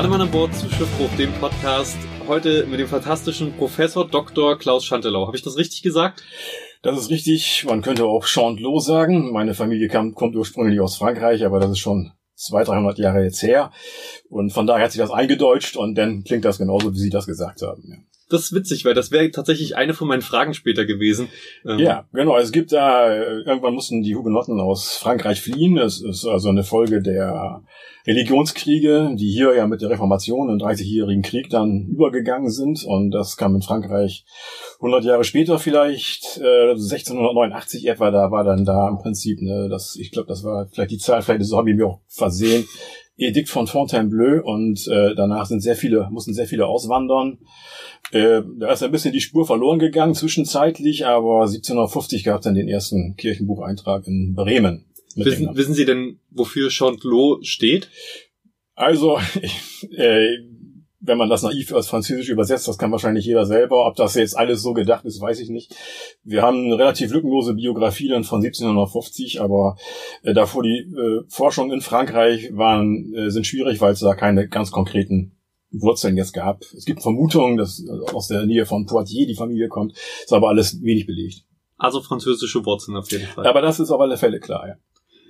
Bademann an Bord zu Schiffbruch, dem Podcast. Heute mit dem fantastischen Professor Dr. Klaus Schantelau. Habe ich das richtig gesagt? Das ist richtig. Man könnte auch Chantelot sagen. Meine Familie kommt ursprünglich aus Frankreich, aber das ist schon 200-300 Jahre jetzt her. Und von daher hat sich das eingedeutscht und dann klingt das genauso, wie Sie das gesagt haben. Ja. Das ist witzig, weil das wäre tatsächlich eine von meinen Fragen später gewesen. Ja, genau. Es gibt da, irgendwann mussten die Hugenotten aus Frankreich fliehen. Es ist also eine Folge der Religionskriege, die hier ja mit der Reformation im 30-jährigen Krieg dann übergegangen sind. Und das kam in Frankreich 100 Jahre später vielleicht, 1689 etwa, da war dann da im Prinzip, ich glaube, das war vielleicht die Zahl, vielleicht so habe ich mir auch versehen, Edikt von Fontainebleau und danach mussten sehr viele auswandern. Da ist ein bisschen die Spur verloren gegangen zwischenzeitlich, aber 1750 gab es dann den ersten Kirchenbucheintrag in Bremen. Wissen Sie denn, wofür Chantelot steht? Also, wenn man das naiv als Französisch übersetzt, das kann wahrscheinlich jeder selber. Ob das jetzt alles so gedacht ist, weiß ich nicht. Wir haben eine relativ lückenlose Biografie dann von 1750, aber davor die Forschung in Frankreich sind schwierig, weil es da keine ganz konkreten Wurzeln jetzt gab. Es gibt Vermutungen, dass aus der Nähe von Poitiers die Familie kommt, ist aber alles wenig belegt. Also französische Wurzeln auf jeden Fall. Aber das ist auf alle Fälle klar, ja.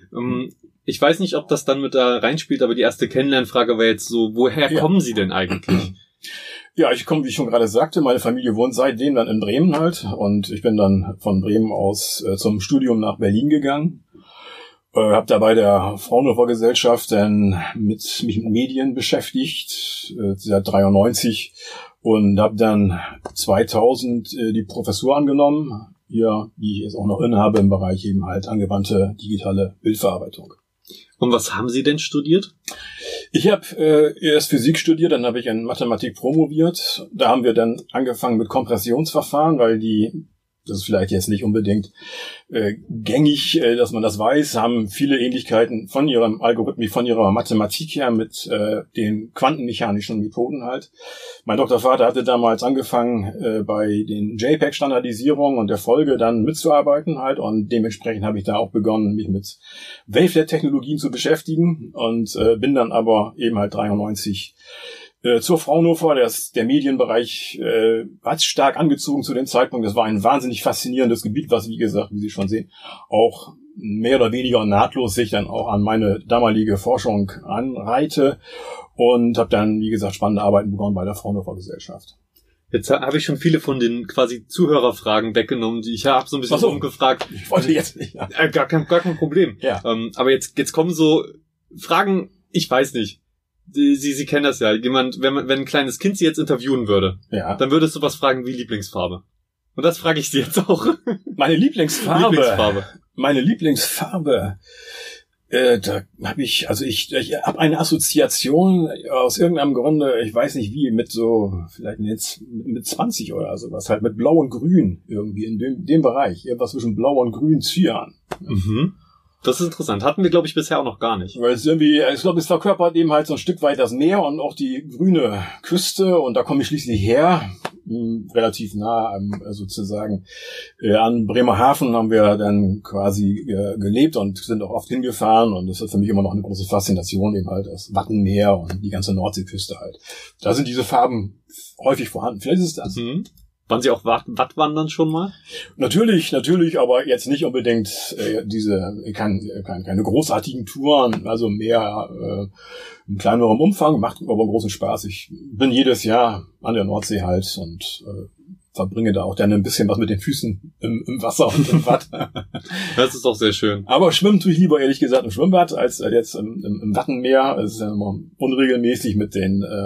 Ich weiß nicht, ob das dann mit da reinspielt, aber die erste Kennenlernfrage war jetzt so, woher kommen Sie denn eigentlich? Ja, ich komme, wie ich schon gerade sagte, meine Familie wohnt seitdem dann in Bremen halt und ich bin dann von Bremen aus zum Studium nach Berlin gegangen. Habe da bei der Fraunhofer Gesellschaft dann mich mit Medien beschäftigt, seit 93 und habe dann 2000 die Professur angenommen, hier, die ich jetzt auch noch innehabe im Bereich eben halt angewandte digitale Bildverarbeitung. Und was haben Sie denn studiert? Ich habe erst Physik studiert, dann habe ich in Mathematik promoviert. Da haben wir dann angefangen mit Kompressionsverfahren, weil das ist vielleicht jetzt nicht unbedingt gängig, dass man das weiß, haben viele Ähnlichkeiten von ihrem Algorithmus, von ihrer Mathematik her mit den quantenmechanischen Methoden halt. Mein Doktorvater hatte damals angefangen, bei den JPEG-Standardisierungen und der Folge dann mitzuarbeiten halt und dementsprechend habe ich da auch begonnen, mich mit Wavelet-Technologien zu beschäftigen und bin dann aber eben halt 93 zur Fraunhofer, der Medienbereich hat stark angezogen zu dem Zeitpunkt. Das war ein wahnsinnig faszinierendes Gebiet, was, wie gesagt, wie Sie schon sehen, auch mehr oder weniger nahtlos sich dann auch an meine damalige Forschung anreihte und habe dann, wie gesagt, spannende Arbeiten begonnen bei der Fraunhofer Gesellschaft. Jetzt habe ich schon viele von den quasi Zuhörerfragen weggenommen, die ich habe so ein bisschen rumgefragt. Ich wollte jetzt nicht. Ja. Gar kein Problem. Ja. Aber jetzt kommen so Fragen, ich weiß nicht. Sie kennen das ja. Wenn ein kleines Kind Sie jetzt interviewen würde, ja, dann würdest du was fragen wie Lieblingsfarbe. Und das frage ich Sie jetzt auch. Meine Lieblingsfarbe. Meine Lieblingsfarbe. Da habe ich habe eine Assoziation aus irgendeinem Grunde, ich weiß nicht wie, mit so, vielleicht jetzt mit 20 oder sowas, halt mit Blau und Grün irgendwie in dem Bereich. Irgendwas zwischen Blau und Grün, Cyan. Mhm. Das ist interessant. Hatten wir, glaube ich, bisher auch noch gar nicht. Weil es irgendwie, ich glaube, es verkörpert eben halt so ein Stück weit das Meer und auch die grüne Küste. Und da komme ich schließlich her, relativ nah sozusagen an Bremerhaven haben wir dann quasi gelebt und sind auch oft hingefahren. Und das ist für mich immer noch eine große Faszination, eben halt das Wattenmeer und die ganze Nordseeküste halt. Da sind diese Farben häufig vorhanden. Vielleicht ist es das. Mhm. Waren Sie auch Wattwandern schon mal? Natürlich, aber jetzt nicht unbedingt keine großartigen Touren, also mehr in kleinerem Umfang, macht aber großen Spaß. Ich bin jedes Jahr an der Nordsee halt und verbringe da auch dann ein bisschen was mit den Füßen im Wasser und im Watt. Das ist auch sehr schön. Aber schwimmen tue ich lieber, ehrlich gesagt, im Schwimmbad als jetzt im Wattenmeer. Es ist ja immer unregelmäßig mit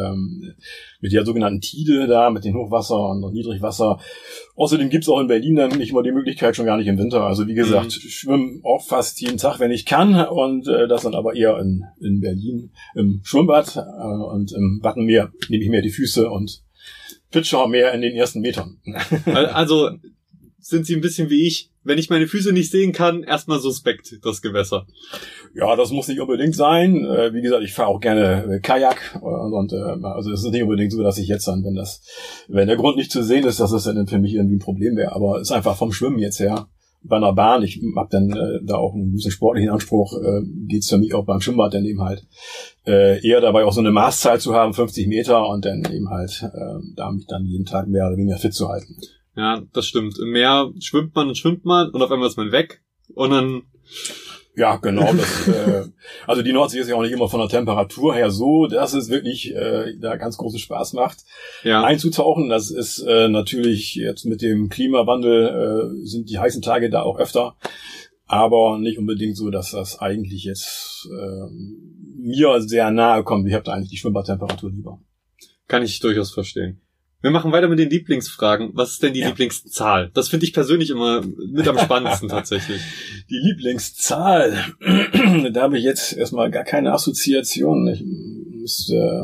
der sogenannten Tide da, mit dem Hochwasser und Niedrigwasser. Außerdem gibt's auch in Berlin dann nicht immer die Möglichkeit, schon gar nicht im Winter. Also wie gesagt, schwimmen auch fast jeden Tag, wenn ich kann. Und das dann aber eher in Berlin im Schwimmbad. Und im Wattenmeer nehme ich mehr die Füße und Pitcher mehr in den ersten Metern. Also sind Sie ein bisschen wie ich. Wenn ich meine Füße nicht sehen kann, erstmal suspekt, das Gewässer. Ja, das muss nicht unbedingt sein. Wie gesagt, ich fahre auch gerne Kajak. Und also es ist nicht unbedingt so, dass ich jetzt dann, wenn der Grund nicht zu sehen ist, dass das dann für mich irgendwie ein Problem wäre. Aber es ist einfach vom Schwimmen jetzt her bei einer Bahn, ich habe dann da auch einen gewissen sportlichen Anspruch, geht's für mich auch beim Schwimmbad dann eben halt eher dabei auch so eine Maßzahl zu haben, 50 Meter und dann eben halt da mich dann jeden Tag mehr oder weniger fit zu halten. Ja, das stimmt. Im Meer schwimmt man und auf einmal ist man weg und dann... Ja, genau. Also die Nordsee ist ja auch nicht immer von der Temperatur her so, dass es wirklich da ganz großen Spaß macht, einzutauchen. Das ist natürlich jetzt mit dem Klimawandel sind die heißen Tage da auch öfter, aber nicht unbedingt so, dass das eigentlich jetzt mir sehr nahe kommt. Ich habe da eigentlich die Schwimmbadtemperatur lieber. Kann ich durchaus verstehen. Wir machen weiter mit den Lieblingsfragen. Was ist denn die Lieblingszahl? Das finde ich persönlich immer mit am spannendsten tatsächlich. Die Lieblingszahl, da habe ich jetzt erstmal gar keine Assoziation. Ich müsste,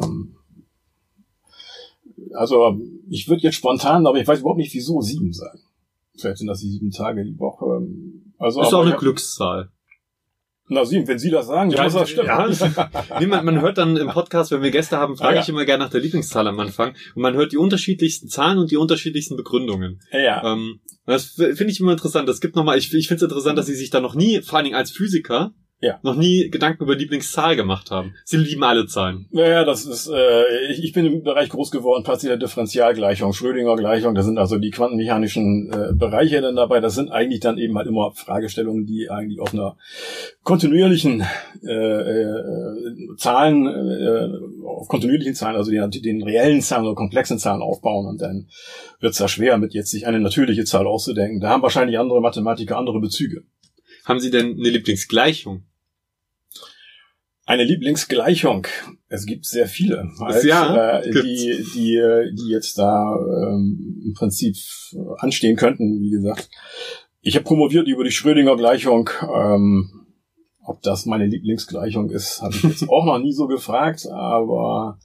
also ich würde jetzt spontan, aber ich weiß überhaupt nicht, wieso 7 sagen. Vielleicht sind das die 7 Tage die Woche. Also ist auch eine Glückszahl. Na, 7, wenn Sie das sagen, dann muss das stimmen. Ja, man hört dann im Podcast, wenn wir Gäste haben, frage ich immer gerne nach der Lieblingszahl am Anfang. Und man hört die unterschiedlichsten Zahlen und die unterschiedlichsten Begründungen. Ja. Das finde ich immer interessant. Das gibt nochmal, ich finde es interessant, dass Sie sich da noch nie, vor allen Dingen als Physiker, noch nie Gedanken über Lieblingszahl gemacht haben. Sie lieben alle Zahlen. Ja, das ist, ich bin im Bereich groß geworden, partielle Differentialgleichung, Schrödinger-Gleichung, das sind also die quantenmechanischen Bereiche dann dabei. Das sind eigentlich dann eben halt immer Fragestellungen, die eigentlich auf einer kontinuierlichen Zahlen, auf kontinuierlichen Zahlen, also den reellen Zahlen oder komplexen Zahlen aufbauen und dann wird's da schwer, mit jetzt sich eine natürliche Zahl auszudenken. Da haben wahrscheinlich andere Mathematiker andere Bezüge. Haben Sie denn eine Lieblingsgleichung? Eine Lieblingsgleichung. Es gibt sehr viele, die jetzt da im Prinzip anstehen könnten, wie gesagt. Ich habe promoviert über die Schrödinger-Gleichung. Ob das meine Lieblingsgleichung ist, habe ich jetzt auch noch nie so gefragt, aber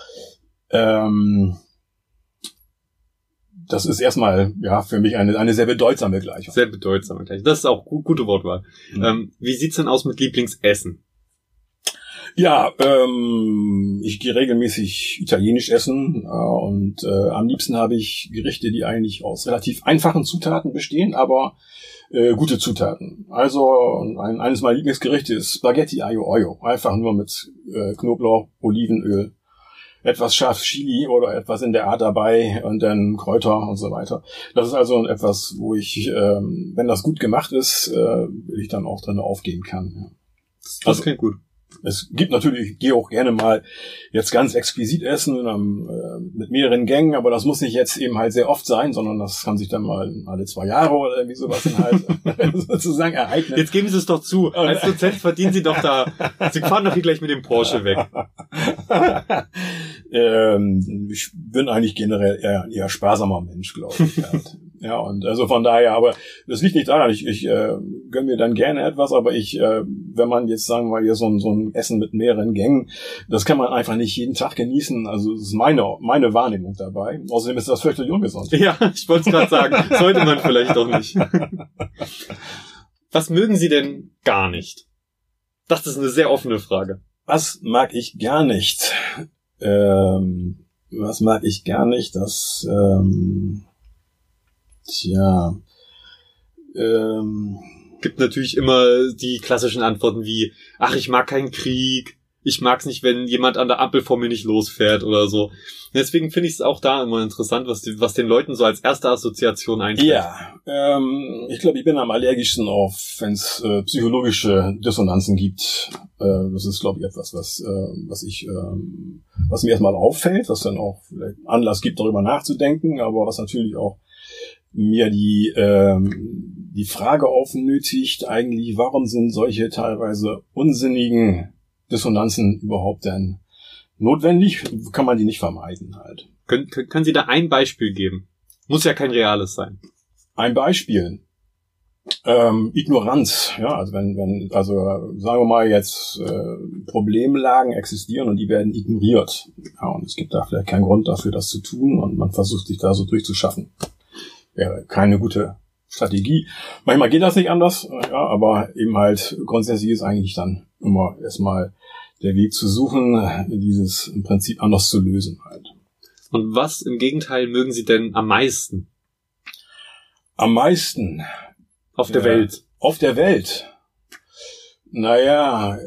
das ist erstmal für mich eine sehr bedeutsame Gleichung. Sehr bedeutsame Gleichung. Das ist auch gute Wortwahl. Wie sieht's denn aus mit Lieblingsessen? Ja, ich gehe regelmäßig italienisch essen und am liebsten habe ich Gerichte, die eigentlich aus relativ einfachen Zutaten bestehen, aber gute Zutaten. Also eines meiner Lieblingsgerichte ist Spaghetti Aglio Olio. Einfach nur mit Knoblauch, Olivenöl, etwas scharf Chili oder etwas in der Art dabei und dann Kräuter und so weiter. Das ist also etwas, wo ich, wenn das gut gemacht ist, ich dann auch drin aufgehen kann. Ja. Das klingt gut. Es gibt natürlich, ich gehe auch gerne mal jetzt ganz exquisit essen mit mehreren Gängen, aber das muss nicht jetzt eben halt sehr oft sein, sondern das kann sich dann mal alle 2 Jahre oder irgendwie sowas dann halt sozusagen ereignen. Jetzt geben Sie es doch zu. Als Dozent verdienen Sie doch da. Sie fahren doch hier gleich mit dem Porsche weg. Ich bin eigentlich generell eher sparsamer Mensch, glaube ich. Ja, und also von daher, aber das liegt nicht daran, ich gönne mir dann gerne etwas, aber wenn man jetzt, sagen wir mal, hier so ein Essen mit mehreren Gängen, das kann man einfach nicht jeden Tag genießen, also das ist meine Wahrnehmung dabei. Außerdem ist das völlig ungesund. Ja, ich wollte es gerade sagen, sollte man vielleicht doch nicht. Was mögen Sie denn gar nicht? Das ist eine sehr offene Frage. Was mag ich gar nicht? Was mag ich gar nicht? Das, gibt natürlich immer die klassischen Antworten wie, ach, ich mag keinen Krieg, ich mag's nicht, wenn jemand an der Ampel vor mir nicht losfährt oder so. Deswegen finde ich es auch da immer interessant, was den Leuten so als erste Assoziation einfällt. Ja, ich glaube, ich bin am allergischsten auf, wenn es psychologische Dissonanzen gibt. Das ist, glaube ich, etwas, was mir erstmal auffällt, was dann auch vielleicht Anlass gibt, darüber nachzudenken, aber was natürlich auch mir die Frage aufnötigt, eigentlich, warum sind solche teilweise unsinnigen Dissonanzen überhaupt denn notwendig? Kann man die nicht vermeiden halt. Können Sie da ein Beispiel geben? Muss ja kein reales sein. Ein Beispiel. Ignoranz, ja, also also sagen wir mal jetzt Problemlagen existieren und die werden ignoriert. Ja, und es gibt da vielleicht keinen Grund dafür, das zu tun und man versucht sich da so durchzuschaffen. Wäre keine gute Strategie. Manchmal geht das nicht anders, ja, aber eben halt grundsätzlich ist eigentlich dann immer erstmal der Weg zu suchen, dieses im Prinzip anders zu lösen halt. Und was im Gegenteil mögen Sie denn am meisten? Am meisten? Auf der Welt. Auf der Welt. Naja,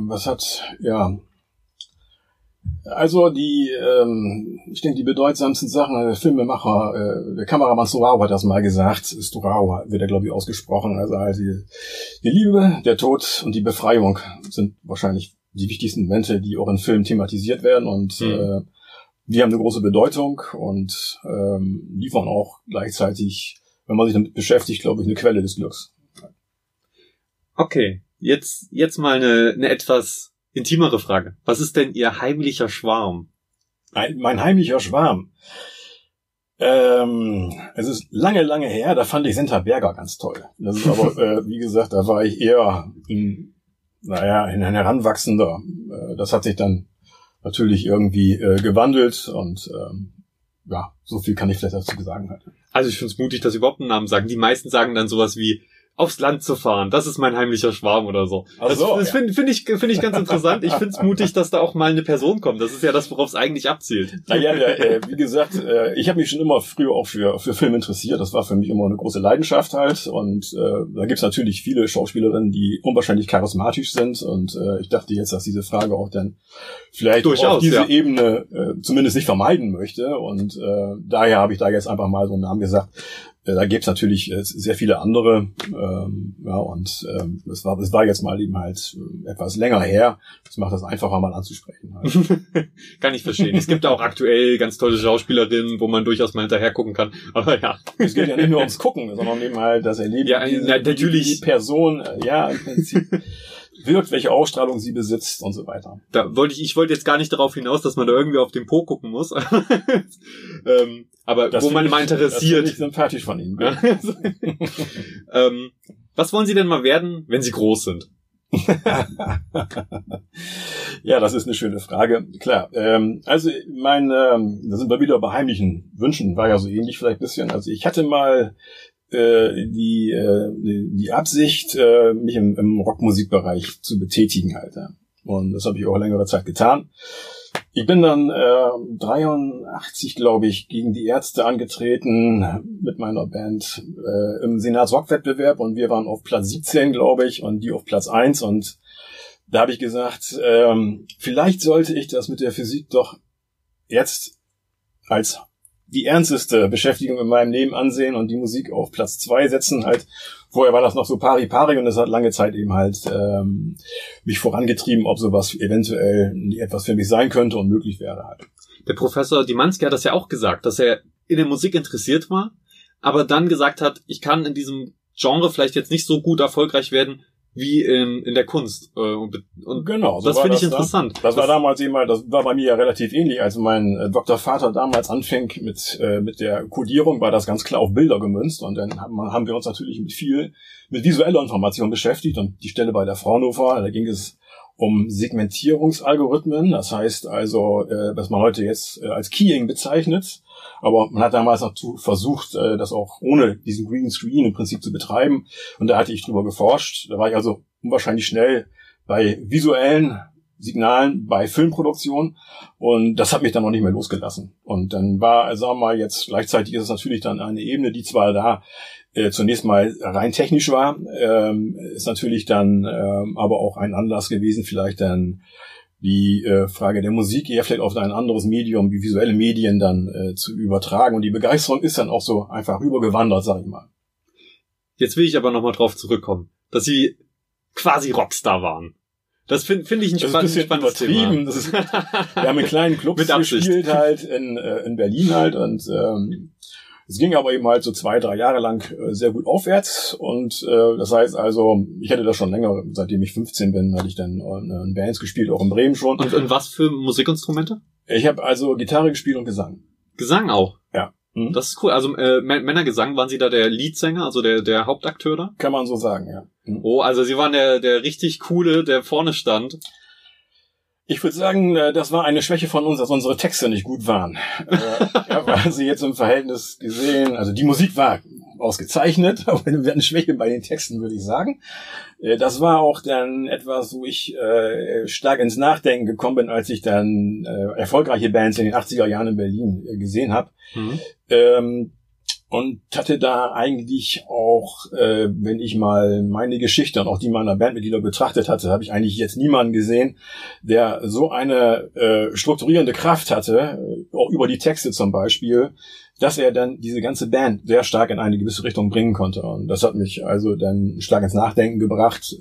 also ich denke, die bedeutsamsten Sachen, der Filmemacher, der Kameramann Storaro hat das mal gesagt, Storaro wird er, glaube ich, ausgesprochen, also die Liebe, der Tod und die Befreiung sind wahrscheinlich die wichtigsten Momente, die auch in Filmen thematisiert werden und die haben eine große Bedeutung und liefern auch gleichzeitig, wenn man sich damit beschäftigt, glaube ich, eine Quelle des Glücks. Okay, jetzt mal eine etwas intimere Frage. Was ist denn Ihr heimlicher Schwarm? Mein heimlicher Schwarm. Es ist lange, lange her, da fand ich Senta Berger ganz toll. Das ist aber, wie gesagt, da war ich eher ein Heranwachsender. Das hat sich dann natürlich irgendwie gewandelt und so viel kann ich vielleicht dazu sagen. Halt. Also ich finde es mutig, dass Sie überhaupt einen Namen sagen. Die meisten sagen dann sowas wie aufs Land zu fahren. Das ist mein heimlicher Schwarm oder so. Das finde ich ganz interessant. Ich finde es mutig, dass da auch mal eine Person kommt. Das ist ja das, worauf es eigentlich abzielt. Naja, wie gesagt, ich habe mich schon immer früher auch für Film interessiert. Das war für mich immer eine große Leidenschaft halt. Und da gibt's natürlich viele Schauspielerinnen, die unwahrscheinlich charismatisch sind. Und ich dachte jetzt, dass diese Frage auch dann vielleicht durchaus, auf diese Ebene zumindest nicht vermeiden möchte. Und daher habe ich da jetzt einfach mal so einen Namen gesagt. Da gibt's natürlich sehr viele andere, es war jetzt mal eben halt etwas länger her. Das macht das einfacher mal anzusprechen. Halt. Kann ich verstehen. Es gibt auch aktuell ganz tolle Schauspielerinnen, wo man durchaus mal hinterher gucken kann. Aber ja. Es geht ja nicht nur ums Gucken, sondern eben halt das Erleben. Ja, natürlich. Die Person, im Prinzip wirkt, welche Ausstrahlung sie besitzt und so weiter. Ich wollte jetzt gar nicht darauf hinaus, dass man da irgendwie auf den Po gucken muss. Aber das wo man mal interessiert. Das finde ich sympathisch von Ihnen. Was wollen Sie denn mal werden, wenn Sie groß sind? Ja, das ist eine schöne Frage. Klar, da sind wir wieder bei heimlichen Wünschen, war ja so ähnlich vielleicht ein bisschen. Also ich hatte mal die Absicht, mich im Rockmusikbereich zu betätigen halt. Ja. Und das habe ich auch längere Zeit getan. Ich bin dann 83, glaube ich, gegen die Ärzte angetreten mit meiner Band im Senatsrockwettbewerb und wir waren auf Platz 17, glaube ich, und die auf Platz 1 und da habe ich gesagt, vielleicht sollte ich das mit der Physik doch jetzt als die ernsteste Beschäftigung in meinem Leben ansehen und die Musik auf Platz 2 setzen halt. Vorher war das noch so pari-pari und es hat lange Zeit eben halt mich vorangetrieben, ob sowas eventuell etwas für mich sein könnte und möglich wäre halt. Der Professor Dimanski hat das ja auch gesagt, dass er in der Musik interessiert war, aber dann gesagt hat, ich kann in diesem Genre vielleicht jetzt nicht so gut erfolgreich werden, wie in der Kunst. Und genau, so das finde ich interessant. Das war damals eben mal, das war bei mir ja relativ ähnlich. Als mein Doktorvater damals anfing mit der Codierung, war das ganz klar auf Bilder gemünzt. Und dann haben wir uns natürlich mit visueller Information beschäftigt. Und die Stelle bei der Fraunhofer, da ging es um Segmentierungsalgorithmen. Das heißt also, was man heute jetzt als Keying bezeichnet. Aber man hat damals noch versucht, das auch ohne diesen Green Screen im Prinzip zu betreiben. Und da hatte ich drüber geforscht. Da war ich also unwahrscheinlich schnell bei visuellen Signalen, bei Filmproduktion. Und das hat mich dann noch nicht mehr losgelassen. Und dann war, sagen wir mal, jetzt gleichzeitig ist es natürlich dann eine Ebene, die zwar da zunächst mal rein technisch war, ist natürlich dann aber auch ein Anlass gewesen, vielleicht dann die Frage der Musik eher vielleicht auf ein anderes Medium wie visuelle Medien dann zu übertragen. Und die Begeisterung ist dann auch so einfach rübergewandert, sag ich mal. Jetzt will ich aber nochmal drauf zurückkommen, dass Sie quasi Rockstar waren. Das finde ich ein spannendes Thema. Wir haben in kleinen Clubs gespielt halt in Berlin halt und es ging aber eben halt so 2-3 Jahre lang sehr gut aufwärts und das heißt also, ich hatte das schon länger, seitdem ich 15 bin, hatte ich dann in Bands gespielt, auch in Bremen schon. Und in was für Musikinstrumente? Ich habe also Gitarre gespielt und Gesang. Gesang auch? Ja. Mhm. Das ist cool. Also Männergesang, waren Sie da der Leadsänger, also der Hauptakteur da? Kann man so sagen, ja. Mhm. Oh, also Sie waren der richtig coole, der vorne stand. Ich würde sagen, das war eine Schwäche von uns, dass unsere Texte nicht gut waren. Weil sie jetzt im Verhältnis gesehen, also die Musik war ausgezeichnet, aber wir hatten eine Schwäche bei den Texten, würde ich sagen. Das war auch dann etwas, wo ich stark ins Nachdenken gekommen bin, als ich dann erfolgreiche Bands in den 80er Jahren in Berlin gesehen habe. Mhm. und hatte da eigentlich auch, wenn ich mal meine Geschichte und auch die meiner Bandmitglieder betrachtet hatte, habe ich eigentlich jetzt niemanden gesehen, der so eine strukturierende Kraft hatte, auch über die Texte zum Beispiel, dass er dann diese ganze Band sehr stark in eine gewisse Richtung bringen konnte. Und das hat mich also dann stark ins Nachdenken gebracht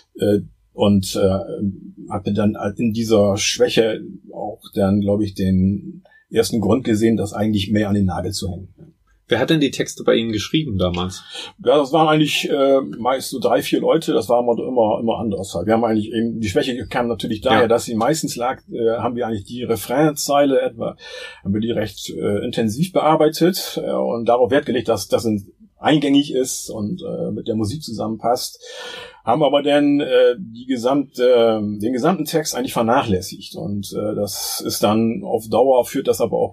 und habe dann in dieser Schwäche auch dann, glaube ich, den ersten Grund gesehen, das eigentlich mehr an den Nagel zu hängen. Wer hat denn die Texte bei Ihnen geschrieben damals? Ja, das waren eigentlich meist so 3, 4 Leute, das war immer anders halt. Wir haben eigentlich eben, die Schwäche kam natürlich daher, dass sie meistens haben wir eigentlich die Refrainzeile etwa, haben wir die recht intensiv bearbeitet und darauf Wert gelegt, dass das eingängig ist und mit der Musik zusammenpasst, haben aber dann den gesamten Text eigentlich vernachlässigt und das ist dann auf Dauer führte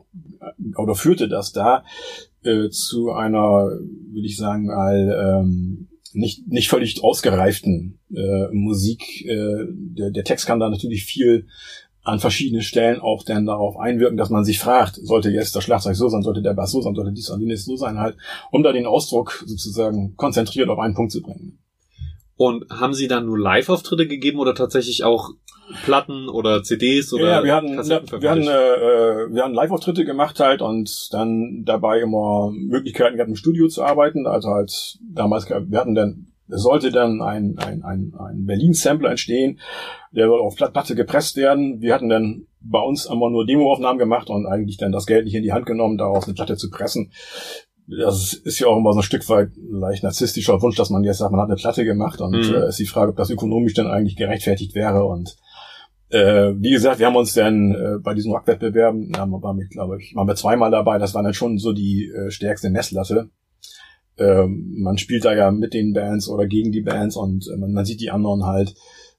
das da zu einer, will ich sagen, nicht völlig ausgereiften Musik. Der Text kann da natürlich viel an verschiedenen Stellen auch dann darauf einwirken, dass man sich fragt, sollte jetzt das Schlagzeug so sein, sollte der Bass so sein, sollte dies und jenes so sein, halt, um da den Ausdruck sozusagen konzentriert auf einen Punkt zu bringen. Und haben Sie dann nur Live-Auftritte gegeben oder tatsächlich auch Platten oder CDs oder ja, wir hatten Live-Auftritte gemacht halt und dann dabei immer Möglichkeiten gehabt, im Studio zu arbeiten. Also halt damals, es sollte dann ein Berlin-Sampler entstehen, der soll auf Platte gepresst werden. Wir hatten dann bei uns immer nur Demoaufnahmen gemacht und eigentlich dann das Geld nicht in die Hand genommen, daraus eine Platte zu pressen. Das ist ja auch immer so ein Stück weit leicht narzisstischer Wunsch, dass man jetzt sagt, man hat eine Platte gemacht und ist die Frage, ob das ökonomisch dann eigentlich gerechtfertigt wäre. Und wie gesagt, wir haben uns dann bei diesen Rockwettbewerben, waren wir 2-mal dabei, das war dann schon so die stärkste Messlatte. Man spielt da ja mit den Bands oder gegen die Bands und man sieht die anderen halt.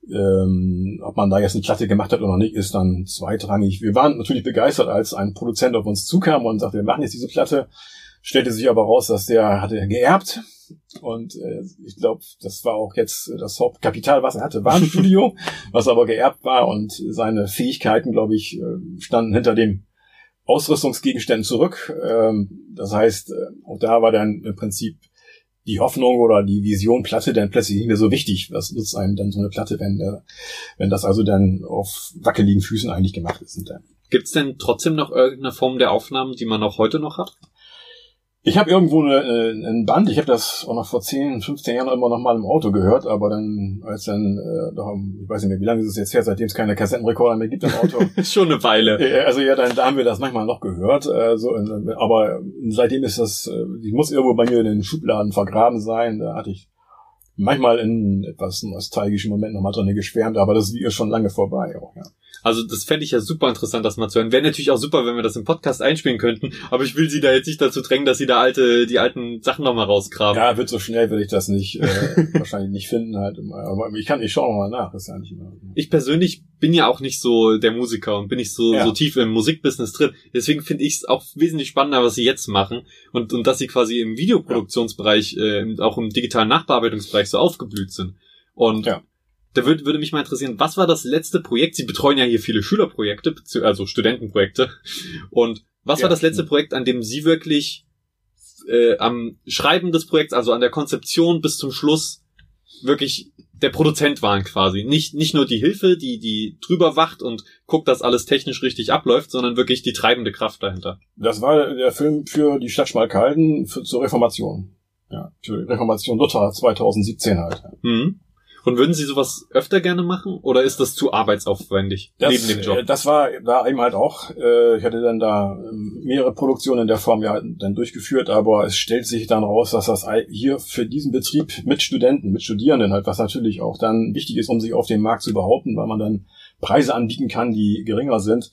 Ob man da jetzt eine Platte gemacht hat oder nicht, ist dann zweitrangig. Wir waren natürlich begeistert, als ein Produzent auf uns zukam und sagte, wir machen jetzt diese Platte. Stellte sich aber raus, dass der hatte geerbt und ich glaube, das war auch jetzt das Hauptkapital, was er hatte, war ein Studio, was aber geerbt war und seine Fähigkeiten, glaube ich, standen hinter dem Ausrüstungsgegenständen zurück. Das heißt, auch da war dann im Prinzip die Hoffnung oder die Vision Platte dann plötzlich nicht mehr so wichtig. Was nutzt einem dann so eine Platte, wenn das also dann auf wackeligen Füßen eigentlich gemacht ist? Gibt's denn trotzdem noch irgendeine Form der Aufnahmen, die man auch heute noch hat? Ich habe irgendwo ein Band, ich habe das auch noch vor 10, 15 Jahren immer noch mal im Auto gehört, aber dann, ich weiß nicht mehr, wie lange ist es jetzt her, seitdem es keine Kassettenrekorder mehr gibt im Auto. Ist schon eine Weile. Also ja, da haben wir das manchmal noch gehört, aber seitdem ist das, ich muss irgendwo bei mir in den Schubladen vergraben sein, da hatte ich manchmal in etwas nostalgischen Momenten nochmal drin geschwärmt, aber das ist schon lange vorbei auch, ja. Also das fände ich ja super interessant, das mal zu hören. Wäre natürlich auch super, wenn wir das im Podcast einspielen könnten, aber ich will Sie da jetzt nicht dazu drängen, dass Sie da die alten Sachen nochmal rausgraben. Ja, wird so schnell, will ich das nicht, wahrscheinlich nicht finden halt. Aber ich schaue nochmal nach, das ist ja nicht immer. Ich persönlich bin ja auch nicht so der Musiker und bin nicht so tief im Musikbusiness drin. Deswegen finde ich es auch wesentlich spannender, was Sie jetzt machen und dass Sie quasi im Videoproduktionsbereich, auch im digitalen Nachbearbeitungsbereich so aufgeblüht sind. Und da würde mich mal interessieren, was war das letzte Projekt? Sie betreuen ja hier viele Schülerprojekte, also Studentenprojekte. Und was war das letzte Projekt, an dem Sie wirklich am Schreiben des Projekts, also an der Konzeption bis zum Schluss wirklich der Produzent waren quasi? Nicht nur die Hilfe, die drüber wacht und guckt, dass alles technisch richtig abläuft, sondern wirklich die treibende Kraft dahinter. Das war der Film für die Stadt Schmalkalden zur Reformation. Ja, für die Reformation Luther 2017 halt. Mhm. Und würden Sie sowas öfter gerne machen? Oder ist das zu arbeitsaufwendig neben dem Job? Das war da eben halt auch. Ich hatte dann da mehrere Produktionen in der Form dann durchgeführt, aber es stellt sich dann raus, dass das hier für diesen Betrieb mit Studierenden halt, was natürlich auch dann wichtig ist, um sich auf dem Markt zu behaupten, weil man dann Preise anbieten kann, die geringer sind.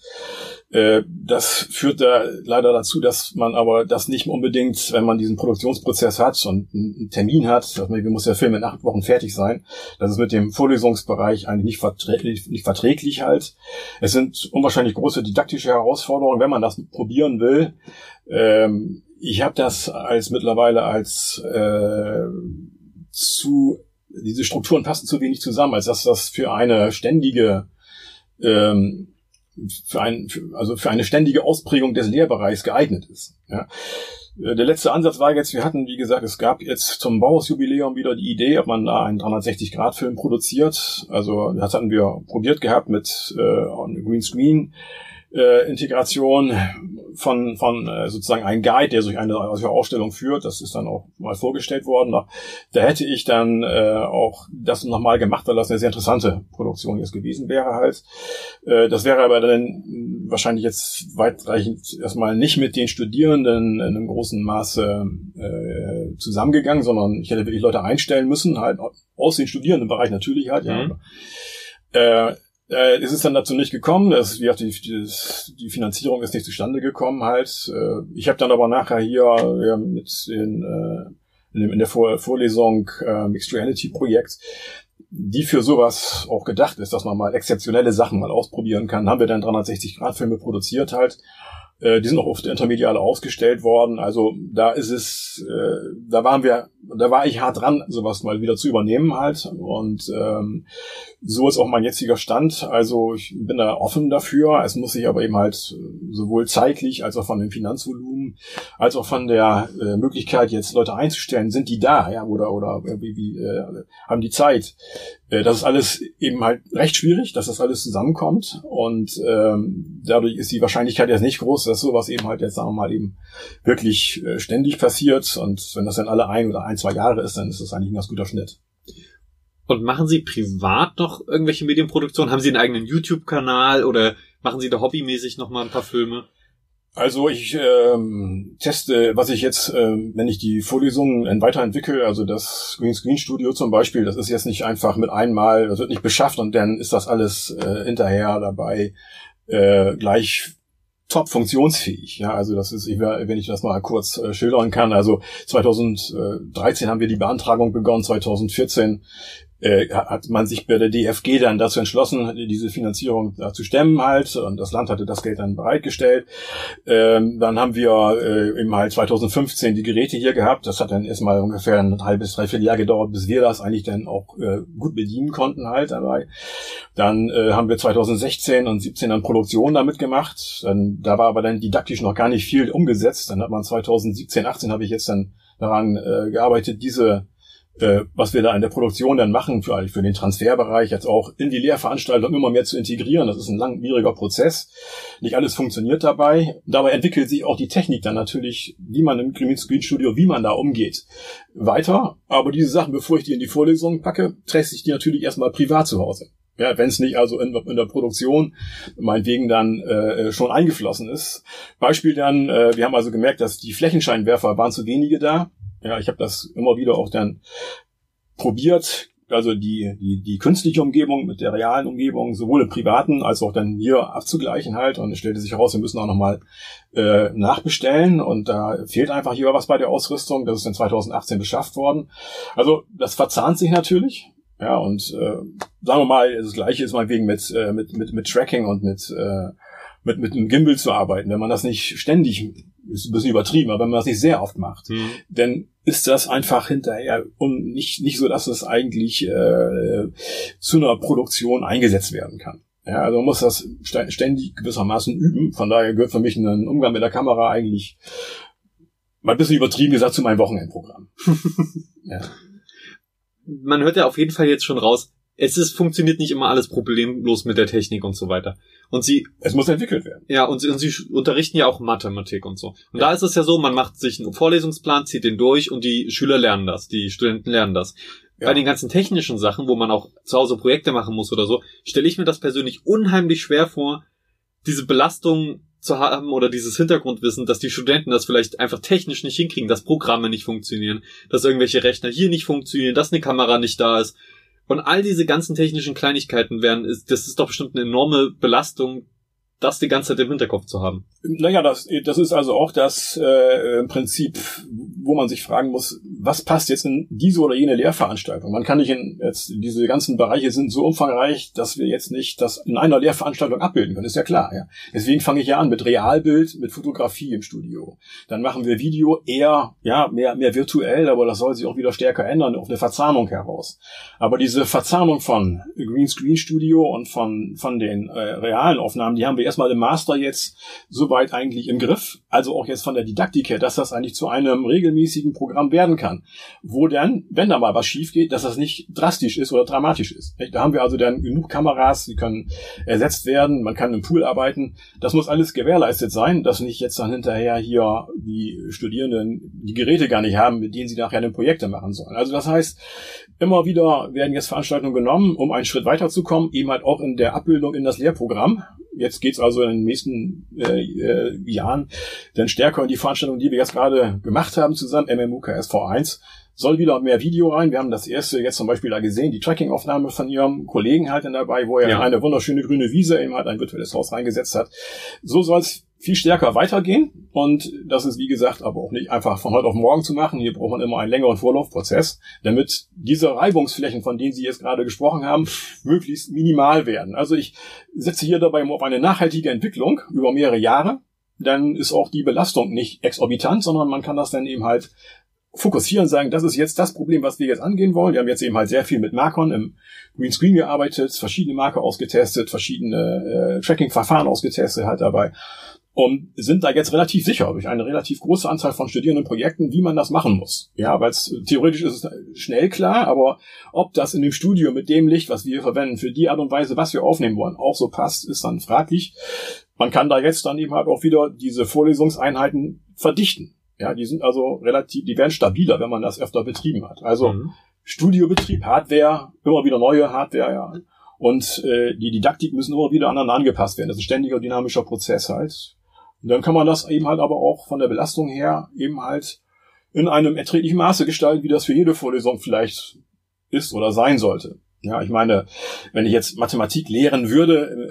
Das führt da leider dazu, dass man aber das nicht unbedingt, wenn man diesen Produktionsprozess hat und einen Termin hat, wir muss der Film in 8 Wochen fertig sein, das ist mit dem Vorlesungsbereich eigentlich nicht verträglich halt. Es sind unwahrscheinlich große didaktische Herausforderungen, wenn man das probieren will. Ich habe das diese Strukturen passen zu wenig zusammen, als dass das für eine ständige für eine ständige Ausprägung des Lehrbereichs geeignet ist. Ja. Der letzte Ansatz war jetzt, wir hatten, wie gesagt, es gab jetzt zum Bauhausjubiläum wieder die Idee, ob man da einen 360-Grad-Film produziert. Also das hatten wir probiert gehabt mit Greenscreen. Integration von sozusagen einem Guide, der durch eine Ausstellung führt. Das ist dann auch mal vorgestellt worden. Da hätte ich dann auch das nochmal gemacht, weil das eine sehr interessante Produktion jetzt gewesen wäre halt. Das wäre aber dann wahrscheinlich jetzt weitreichend erstmal nicht mit den Studierenden in einem großen Maße zusammengegangen, sondern ich hätte wirklich Leute einstellen müssen, halt aus den Studierendenbereich natürlich halt, ja. Es ist dann dazu nicht gekommen, die Finanzierung ist nicht zustande gekommen halt. Ich habe dann aber nachher hier in der Vorlesung Mixed Reality Projekt, die für sowas auch gedacht ist, dass man mal exzeptionelle Sachen mal ausprobieren kann, haben wir dann 360-Grad-Filme produziert halt. Die sind auch oft intermediale ausgestellt worden. Also da ist es, da war ich hart dran, sowas mal wieder zu übernehmen halt. Und so ist auch mein jetziger Stand. Also ich bin da offen dafür. Es muss sich aber eben halt sowohl zeitlich als auch von dem Finanzvolumen als auch von der Möglichkeit, jetzt Leute einzustellen, sind die da, ja, oder haben die Zeit. Das ist alles eben halt recht schwierig, dass das alles zusammenkommt. Und dadurch ist die Wahrscheinlichkeit jetzt nicht groß, dass sowas eben halt jetzt, sagen wir mal, eben wirklich ständig passiert. Und wenn das dann alle 1 oder 2 Jahre ist, dann ist das eigentlich ein ganz guter Schnitt. Und machen Sie privat noch irgendwelche Medienproduktionen? Haben Sie einen eigenen YouTube-Kanal oder machen Sie da hobbymäßig noch mal ein paar Filme? Also ich teste, was ich jetzt, wenn ich die Vorlesungen weiterentwickle, also das Greenscreen Studio zum Beispiel, das ist jetzt nicht einfach mit einmal, das wird nicht beschafft und dann ist das alles hinterher dabei gleich top funktionsfähig. Ja, also das ist, wenn ich das mal kurz schildern kann, also 2013 haben wir die Beantragung begonnen, 2014 hat man sich bei der DFG dann dazu entschlossen, diese Finanzierung zu stemmen halt, und das Land hatte das Geld dann bereitgestellt. Dann haben wir eben halt 2015 die Geräte hier gehabt. Das hat dann erstmal ungefähr ein halbes, 3/4 Jahr gedauert, bis wir das eigentlich dann auch gut bedienen konnten halt dabei. Dann haben wir 2016 und 17 dann Produktion damit gemacht. Da war aber dann didaktisch noch gar nicht viel umgesetzt. Dann hat man 2017, 18 habe ich jetzt dann daran gearbeitet, was wir da in der Produktion dann machen, für den Transferbereich jetzt auch in die Lehrveranstaltung immer mehr zu integrieren. Das ist ein langwieriger Prozess. Nicht alles funktioniert dabei. Dabei entwickelt sich auch die Technik dann natürlich, wie man im Greenscreen Studio, wie man da umgeht, weiter. Aber diese Sachen, bevor ich die in die Vorlesung packe, teste ich die natürlich erstmal privat zu Hause. Ja, wenn es nicht also in der Produktion meinetwegen dann schon eingeflossen ist. Beispiel dann, wir haben also gemerkt, dass die Flächenscheinwerfer waren zu wenige da. Ja, ich habe das immer wieder auch dann probiert, also die künstliche Umgebung mit der realen Umgebung, sowohl im privaten als auch dann hier abzugleichen halt. Und es stellte sich heraus, wir müssen auch nochmal nachbestellen. Und da fehlt einfach hier was bei der Ausrüstung. Das ist dann 2018 beschafft worden. Also das verzahnt sich natürlich. Ja, und sagen wir mal, das Gleiche ist meinetwegen mit Tracking und mit einem Gimbal zu arbeiten. Wenn man das nicht ständig, ist ein bisschen übertrieben, aber wenn man das nicht sehr oft macht, dann ist das einfach hinterher und nicht so, dass es eigentlich zu einer Produktion eingesetzt werden kann. Ja, also man muss das ständig gewissermaßen üben. Von daher gehört für mich ein Umgang mit der Kamera eigentlich mal ein bisschen übertrieben gesagt zu meinem Wochenendprogramm. Ja. Man hört ja auf jeden Fall jetzt schon raus, funktioniert nicht immer alles problemlos mit der Technik und so weiter. Es muss entwickelt werden. Ja, und sie unterrichten ja auch Mathematik und so. Und da ist es ja so, man macht sich einen Vorlesungsplan, zieht den durch und die Schüler lernen das, die Studenten lernen das. Ja. Bei den ganzen technischen Sachen, wo man auch zu Hause Projekte machen muss oder so, stelle ich mir das persönlich unheimlich schwer vor, diese Belastung zu haben oder dieses Hintergrundwissen, dass die Studenten das vielleicht einfach technisch nicht hinkriegen, dass Programme nicht funktionieren, dass irgendwelche Rechner hier nicht funktionieren, dass eine Kamera nicht da ist. Und all diese ganzen technischen Kleinigkeiten das ist doch bestimmt eine enorme Belastung, das die ganze Zeit im Hinterkopf zu haben. Naja, das ist also auch das im Prinzip, wo man sich fragen muss, was passt jetzt in diese oder jene Lehrveranstaltung? Man kann nicht diese ganzen Bereiche sind so umfangreich, dass wir jetzt nicht das in einer Lehrveranstaltung abbilden können, ist ja klar. Ja. Deswegen fange ich ja an mit Realbild, mit Fotografie im Studio. Dann machen wir Video eher, mehr virtuell, aber das soll sich auch wieder stärker ändern, auf eine Verzahnung heraus. Aber diese Verzahnung von Greenscreen-Studio und von den realen Aufnahmen, die haben wir erstmal im Master jetzt soweit eigentlich im Griff. Also auch jetzt von der Didaktik her, dass das eigentlich zu einem regelmäßigen Programm werden kann. Wo dann, wenn da mal was schief geht, dass das nicht drastisch ist oder dramatisch ist. Da haben wir also dann genug Kameras, die können ersetzt werden, man kann im Pool arbeiten. Das muss alles gewährleistet sein, dass nicht jetzt dann hinterher hier die Studierenden die Geräte gar nicht haben, mit denen sie nachher dann Projekte machen sollen. Also das heißt, immer wieder werden jetzt Veranstaltungen genommen, um einen Schritt weiterzukommen, eben halt auch in der Abbildung in das Lehrprogramm. Jetzt geht's also in den nächsten Jahren dann stärker in die Veranstaltung, die wir jetzt gerade gemacht haben zusammen, MMUKS V1, soll wieder mehr Video rein. Wir haben das erste jetzt zum Beispiel da gesehen, die Tracking-Aufnahme von ihrem Kollegen halt dann dabei, wo er in eine wunderschöne grüne Wiese eben halt ein virtuelles Haus reingesetzt hat. So soll es viel stärker weitergehen und das ist, wie gesagt, aber auch nicht einfach von heute auf morgen zu machen. Hier braucht man immer einen längeren Vorlaufprozess, damit diese Reibungsflächen, von denen Sie jetzt gerade gesprochen haben, möglichst minimal werden. Also ich setze hier dabei auf eine nachhaltige Entwicklung über mehrere Jahre. Dann ist auch die Belastung nicht exorbitant, sondern man kann das dann eben halt fokussieren, sagen, das ist jetzt das Problem, was wir jetzt angehen wollen. Wir haben jetzt eben halt sehr viel mit Markern im Greenscreen gearbeitet, verschiedene Marker ausgetestet, verschiedene Tracking-Verfahren ausgetestet halt dabei und sind da jetzt relativ sicher durch eine relativ große Anzahl von Studierendenprojekten, wie man das machen muss. Ja, weil theoretisch ist es schnell klar, aber ob das in dem Studio mit dem Licht, was wir hier verwenden, für die Art und Weise, was wir aufnehmen wollen, auch so passt, ist dann fraglich. Man kann da jetzt dann eben halt auch wieder diese Vorlesungseinheiten verdichten. Ja, die sind also die werden stabiler, wenn man das öfter betrieben hat. Also Studiobetrieb, Hardware, immer wieder neue Hardware, ja. Und die Didaktik müssen immer wieder aneinander angepasst werden. Das ist ein ständiger dynamischer Prozess halt. Und dann kann man das eben halt aber auch von der Belastung her eben halt in einem erträglichen Maße gestalten, wie das für jede Vorlesung vielleicht ist oder sein sollte. Ja, ich meine, wenn ich jetzt Mathematik lehren würde,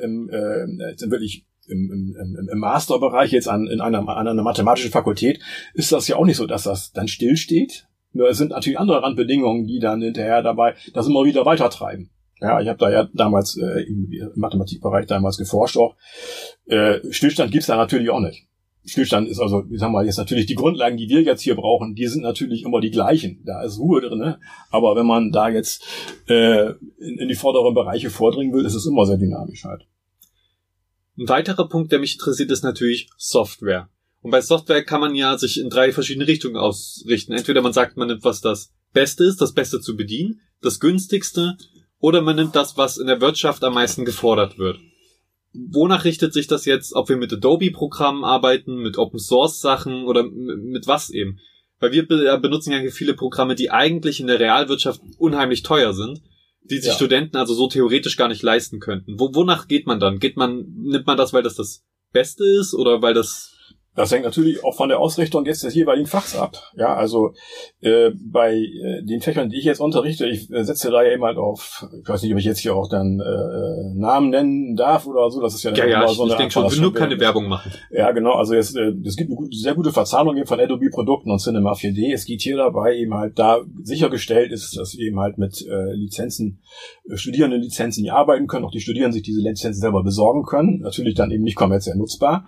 im Masterbereich jetzt an einer mathematischen Fakultät, ist das ja auch nicht so, dass das dann stillsteht. Nur es sind natürlich andere Randbedingungen, die dann hinterher dabei das immer wieder weitertreiben. Ja, ich habe da ja damals im Mathematikbereich damals geforscht auch. Stillstand gibt's da natürlich auch nicht. Stillstand ist also, wie sagen wir jetzt natürlich die Grundlagen, die wir jetzt hier brauchen, die sind natürlich immer die gleichen. Da ist Ruhe drin, ne? Aber wenn man da jetzt in die vorderen Bereiche vordringen will, ist es immer sehr dynamisch halt. Ein weiterer Punkt, der mich interessiert, ist natürlich Software. Und bei Software kann man ja sich in 3 verschiedene Richtungen ausrichten. Entweder man sagt, man nimmt, was das Beste ist, das Beste zu bedienen, das günstigste, oder man nimmt das, was in der Wirtschaft am meisten gefordert wird. Wonach richtet sich das jetzt, ob wir mit Adobe-Programmen arbeiten, mit Open-Source-Sachen oder mit was eben? Weil wir benutzen ja viele Programme, die eigentlich in der Realwirtschaft unheimlich teuer sind, die sich Studenten also so theoretisch gar nicht leisten könnten. Wonach geht man dann? Nimmt man das, weil das Beste ist oder weil das... Das hängt natürlich auch von der Ausrichtung jetzt des jeweiligen Fachs ab. Ja, also bei den Fächern, die ich jetzt unterrichte, ich setze da ja eben halt auf, ich weiß nicht, ob ich jetzt hier auch dann Namen nennen darf oder so, das ist ja immer so eine... Ich denke schon, will nur keine Werbung machen. Ja, genau, also es gibt eine sehr gute Verzahnung von Adobe-Produkten und Cinema 4D. Es geht hier dabei eben halt, da sichergestellt ist, dass wir eben halt mit Studierendenlizenzen, die arbeiten können, auch die Studierenden sich diese Lizenzen selber besorgen können, natürlich dann eben nicht kommerziell nutzbar.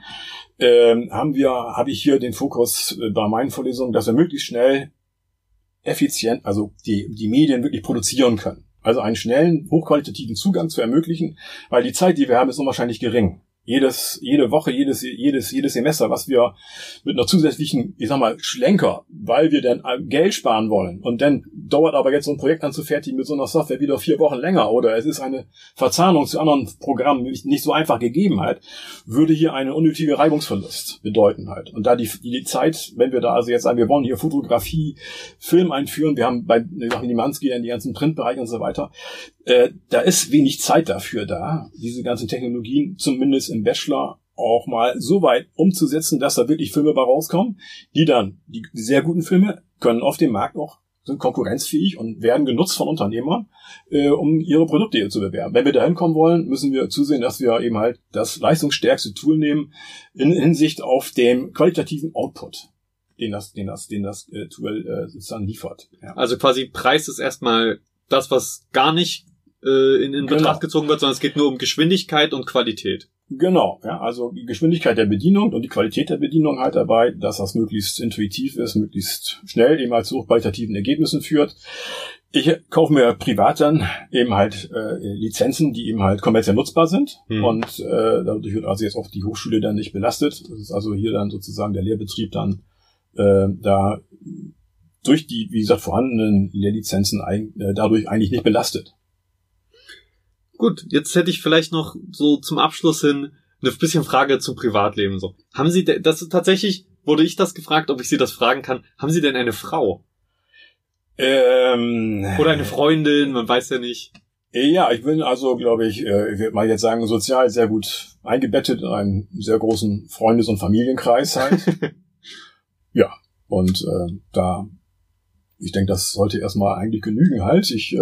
Habe ich hier den Fokus bei meinen Vorlesungen, dass wir möglichst schnell effizient, also die Medien wirklich produzieren können. Also einen schnellen, hochqualitativen Zugang zu ermöglichen, weil die Zeit, die wir haben, ist unwahrscheinlich gering. Jede Woche, jedes Semester, was wir mit einer zusätzlichen, ich sag mal, Schlenker, weil wir dann Geld sparen wollen. Und dann dauert aber jetzt so ein Projekt anzufertigen mit so einer Software wieder 4 Wochen länger oder es ist eine Verzahnung zu anderen Programmen nicht so einfach gegeben halt, würde hier eine unnötige Reibungsverlust bedeuten halt. Und da die Zeit, wenn wir da also jetzt sagen, wir wollen hier Fotografie, Film einführen, wir haben bei Nimanski die ganzen Printbereiche und so weiter, da ist wenig Zeit dafür da, diese ganzen Technologien zumindest im Bachelor auch mal so weit umzusetzen, dass da wirklich Filme bei rauskommen, die sehr guten Filme können auf dem Markt auch, sind konkurrenzfähig und werden genutzt von Unternehmern, um ihre Produkte hier zu bewerben. Wenn wir da hinkommen wollen, müssen wir zusehen, dass wir eben halt das leistungsstärkste Tool nehmen in Hinsicht auf den qualitativen Output. den das Tool sozusagen liefert. Ja. Also quasi Preis ist erstmal das, was gar nicht in Betracht gezogen wird, sondern es geht nur um Geschwindigkeit und Qualität. Genau, ja, also die Geschwindigkeit der Bedienung und die Qualität der Bedienung halt dabei, dass das möglichst intuitiv ist, möglichst schnell eben halt zu hochqualitativen Ergebnissen führt. Ich kaufe mir privat dann eben halt Lizenzen, die eben halt kommerziell nutzbar sind und dadurch wird also jetzt auch die Hochschule dann nicht belastet. Das ist also hier dann sozusagen der Lehrbetrieb dann da durch die, wie gesagt, vorhandenen Lehrlizenzen dadurch eigentlich nicht belastet. Gut, jetzt hätte ich vielleicht noch so zum Abschluss hin eine bisschen Frage zum Privatleben. So, haben Sie das tatsächlich, wurde ich das gefragt, ob ich Sie das fragen kann, haben Sie denn eine Frau? Oder eine Freundin, man weiß ja nicht. Ja, ich bin also, glaube ich würde mal jetzt sagen, sozial sehr gut eingebettet in einen sehr großen Freundes- und Familienkreis halt. Ja, und ich denke, das sollte erstmal eigentlich genügen halt. Ich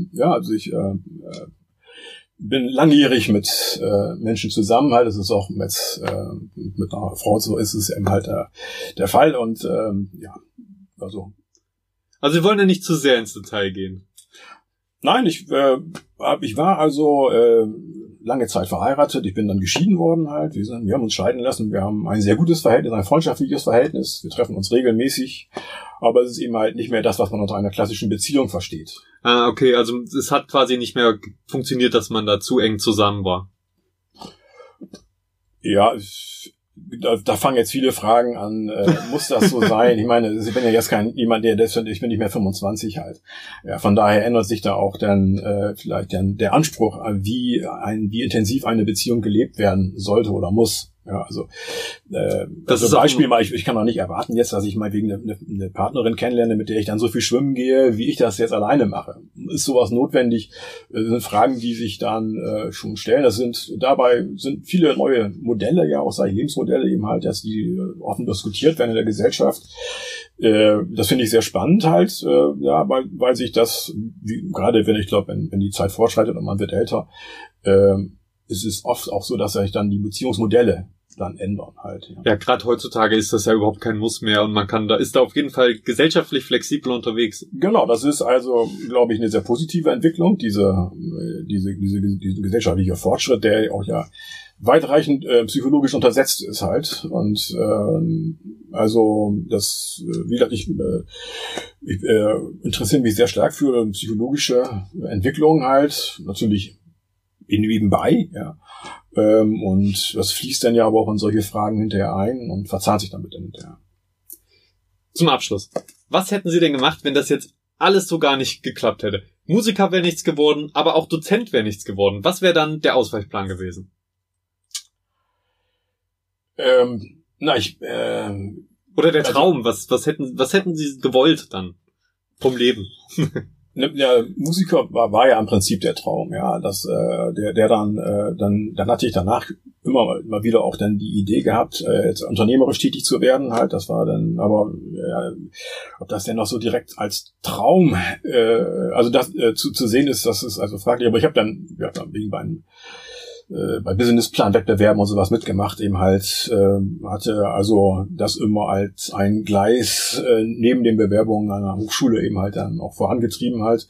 bin langjährig mit Menschen zusammen halt. Das ist auch mit einer Frau so ist es eben halt der Fall und also Sie wollen ja nicht zu sehr ins Detail gehen. Nein, ich war also lange Zeit verheiratet. Ich bin dann geschieden worden halt. Wir haben uns scheiden lassen. Wir haben ein sehr gutes Verhältnis, ein freundschaftliches Verhältnis. Wir treffen uns regelmäßig. Aber es ist eben halt nicht mehr das, was man unter einer klassischen Beziehung versteht. Ah, okay. Also es hat quasi nicht mehr funktioniert, dass man da zu eng zusammen war. Ja, da fangen jetzt viele Fragen an, muss das so sein? Ich meine, ich bin ja jetzt ich bin nicht mehr 25 halt. Ja, von daher ändert sich da auch dann vielleicht dann der Anspruch, wie intensiv eine Beziehung gelebt werden sollte oder muss. Ja, also das ist Beispiel mal, ich kann doch nicht erwarten jetzt, dass ich mal wegen eine Partnerin kennenlerne, mit der ich dann so viel schwimmen gehe, wie ich das jetzt alleine mache. Ist sowas notwendig? Das sind Fragen, die sich dann schon stellen. Dabei sind viele neue Modelle, ja auch solche Lebensmodelle eben halt, dass die offen diskutiert werden in der Gesellschaft. Das finde ich sehr spannend halt, weil sich das, gerade wenn die Zeit fortschreitet und man wird älter, es ist oft auch so, dass sich dann die Beziehungsmodelle dann ändern halt. Ja, gerade heutzutage ist das ja überhaupt kein Muss mehr und ist da auf jeden Fall gesellschaftlich flexibel unterwegs. Genau, das ist also, glaube ich, eine sehr positive Entwicklung, diese gesellschaftliche Fortschritt, der auch ja weitreichend psychologisch untersetzt ist halt. Und also das, wie gesagt, ich interessiere mich sehr stark für psychologische Entwicklung halt, natürlich nebenbei, ja. Und das fließt dann ja aber auch in solche Fragen hinterher ein und verzahnt sich damit dann hinterher. Zum Abschluss. Was hätten Sie denn gemacht, wenn das jetzt alles so gar nicht geklappt hätte? Musiker wäre nichts geworden, aber auch Dozent wäre nichts geworden. Was wäre dann der Ausweichplan gewesen? Oder der Traum. Was hätten Sie gewollt dann vom Leben? Der Musiker war ja im Prinzip der Traum, ja, dass dann hatte ich danach immer wieder auch dann die Idee gehabt, jetzt unternehmerisch tätig zu werden halt. Das war dann, aber ob das denn noch so direkt als Traum, also das zu sehen ist, das ist also fraglich. Aber ich habe dann wegen bei Businessplan-Wettbewerben und sowas mitgemacht, eben halt, hatte also das immer als ein Gleis neben den Bewerbungen einer Hochschule eben halt dann auch vorangetrieben halt.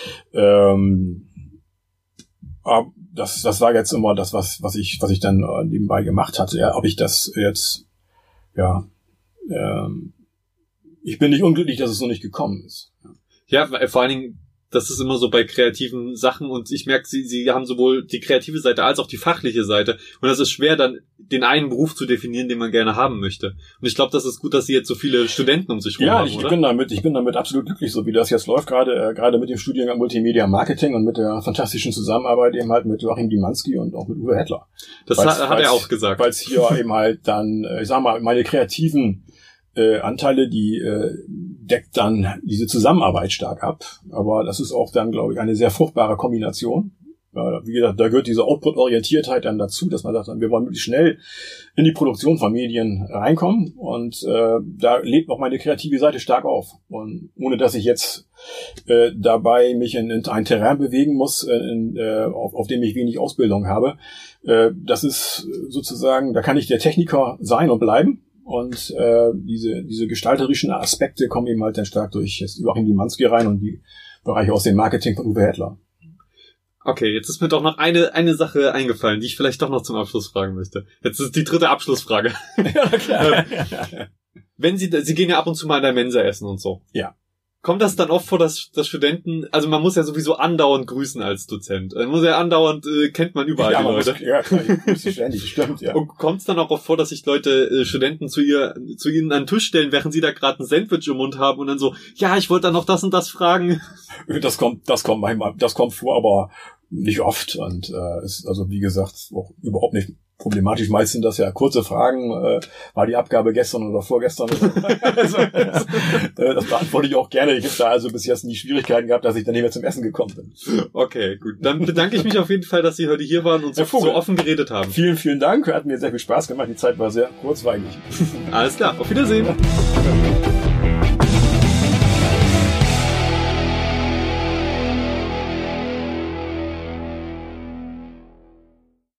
Aber das war jetzt immer das, was ich dann nebenbei gemacht hatte. Ja, ob ich das jetzt, ich bin nicht unglücklich, dass es so nicht gekommen ist. Ja, vor allen Dingen, das ist immer so bei kreativen Sachen und ich merke, sie haben sowohl die kreative Seite als auch die fachliche Seite und das ist schwer, dann den einen Beruf zu definieren, den man gerne haben möchte. Und ich glaube, das ist gut, dass Sie jetzt so viele Studenten um sich herum haben, oder? Ich bin damit absolut glücklich, so wie das jetzt läuft, gerade mit dem Studiengang Multimedia Marketing und mit der fantastischen Zusammenarbeit eben halt mit Joachim Diemanski und auch mit Uwe Hettler. Das hat er auch gesagt. Weil es hier eben halt dann, ich sag mal, meine kreativen Anteile, die deckt dann diese Zusammenarbeit stark ab. Aber das ist auch dann, glaube ich, eine sehr fruchtbare Kombination. Ja, wie gesagt, da gehört diese Output-Orientiertheit dann dazu, dass man sagt, wir wollen möglichst schnell in die Produktion von Medien reinkommen. Und da lebt auch meine kreative Seite stark auf. Und ohne dass ich jetzt dabei mich in ein Terrain bewegen muss, auf dem ich wenig Ausbildung habe. Das ist sozusagen, da kann ich der Techniker sein und bleiben. Und diese gestalterischen Aspekte kommen eben halt dann stark durch Joachim Diemanski rein und die Bereiche aus dem Marketing von Uwe Hedler. Okay, jetzt ist mir doch noch eine Sache eingefallen, die ich vielleicht doch noch zum Abschluss fragen möchte. Jetzt ist die 3. Abschlussfrage. Ja, klar. Wenn Sie gehen ja ab und zu mal in der Mensa essen und so. Ja. Kommt das dann oft vor, dass Studenten, also man muss ja sowieso andauernd grüßen als Dozent. Man muss ja andauernd, kennt man überall die Leute. Ständig, stimmt, ja. Und kommt es dann auch oft vor, dass sich Leute, Studenten zu ihnen an den Tisch stellen, während sie da gerade ein Sandwich im Mund haben und dann so, ja, ich wollte da noch das und das fragen. Das kommt manchmal, das kommt vor, aber nicht oft und ist also wie gesagt auch überhaupt nicht problematisch. Meist sind das ja kurze Fragen. War die Abgabe gestern oder vorgestern? Also, das beantworte ich auch gerne. Ich habe da also bis jetzt nie Schwierigkeiten gehabt, dass ich dann nicht mehr zum Essen gekommen bin. Okay, gut. Dann bedanke ich mich auf jeden Fall, dass Sie heute hier waren und so offen geredet haben. Vielen, vielen Dank. Hat mir sehr viel Spaß gemacht. Die Zeit war sehr kurzweilig. Alles klar. Auf Wiedersehen.